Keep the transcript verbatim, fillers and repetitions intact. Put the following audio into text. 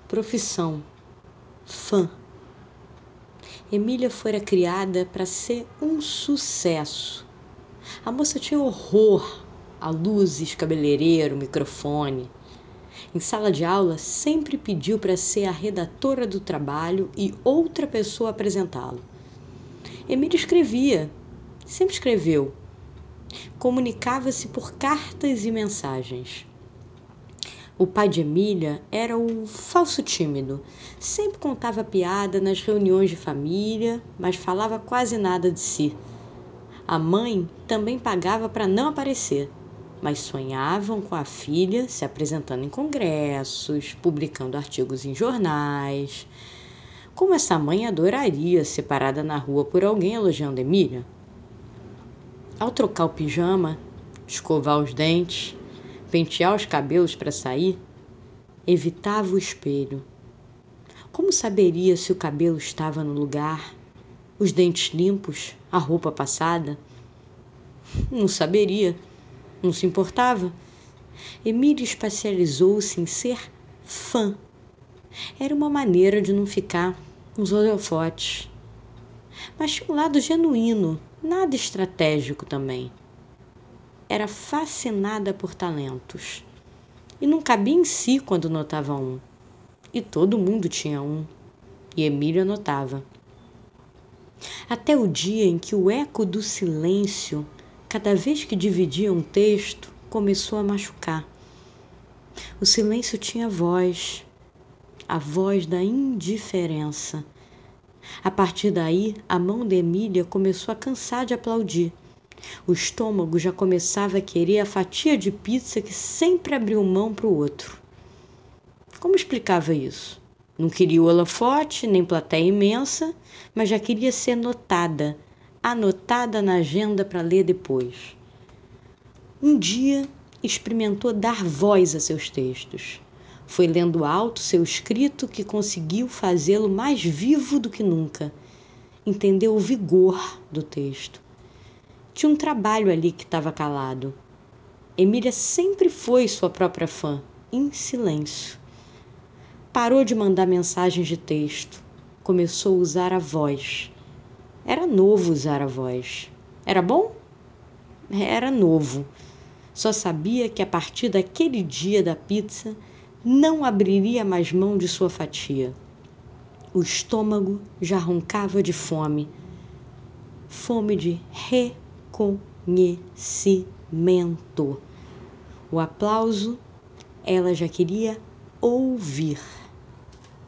Profissão: fã. Emília fora criada para ser um sucesso. A moça tinha horror a luzes, cabeleireiro, microfone. Em sala de aula, sempre pediu para ser a redatora do trabalho e outra pessoa apresentá-lo. Emília escrevia, sempre escreveu. Comunicava-se por cartas e mensagens. O pai de Emília era o falso tímido. Sempre contava piada nas reuniões de família, mas falava quase nada de si. A mãe também pagava para não aparecer, mas sonhavam com a filha se apresentando em congressos, publicando artigos em jornais. Como essa mãe adoraria ser parada na rua por alguém elogiando Emília? Ao trocar o pijama, escovar os dentes, pentear os cabelos para sair, evitava o espelho. Como saberia se o cabelo estava no lugar, os dentes limpos, a roupa passada? Não saberia, não se importava. Emília especializou-se em ser fã. Era uma maneira de não ficar nos holofotes. Mas tinha um lado genuíno, nada estratégico também. Era fascinada por talentos. E não cabia em si quando notava um. E todo mundo tinha um. E Emília notava. Até o dia em que o eco do silêncio, cada vez que dividia um texto, começou a machucar. O silêncio tinha voz, a voz da indiferença. A partir daí, a mão de Emília começou a cansar de aplaudir. O estômago já começava a querer a fatia de pizza que sempre abriu mão para o outro. Como explicava isso? Não queria o holofote, nem plateia imensa, mas já queria ser notada, anotada na agenda para ler depois. Um dia, experimentou dar voz a seus textos. Foi lendo alto seu escrito que conseguiu fazê-lo mais vivo do que nunca. Entendeu o vigor do texto. Tinha um trabalho ali que estava calado. Emília sempre foi sua própria fã, em silêncio. Parou de mandar mensagens de texto. Começou a usar a voz. Era novo usar a voz. Era bom? Era novo. Só sabia que a partir daquele dia da pizza, não abriria mais mão de sua fatia. O estômago já roncava de fome. Fome de reconhecimento. O aplauso, ela já queria ouvir.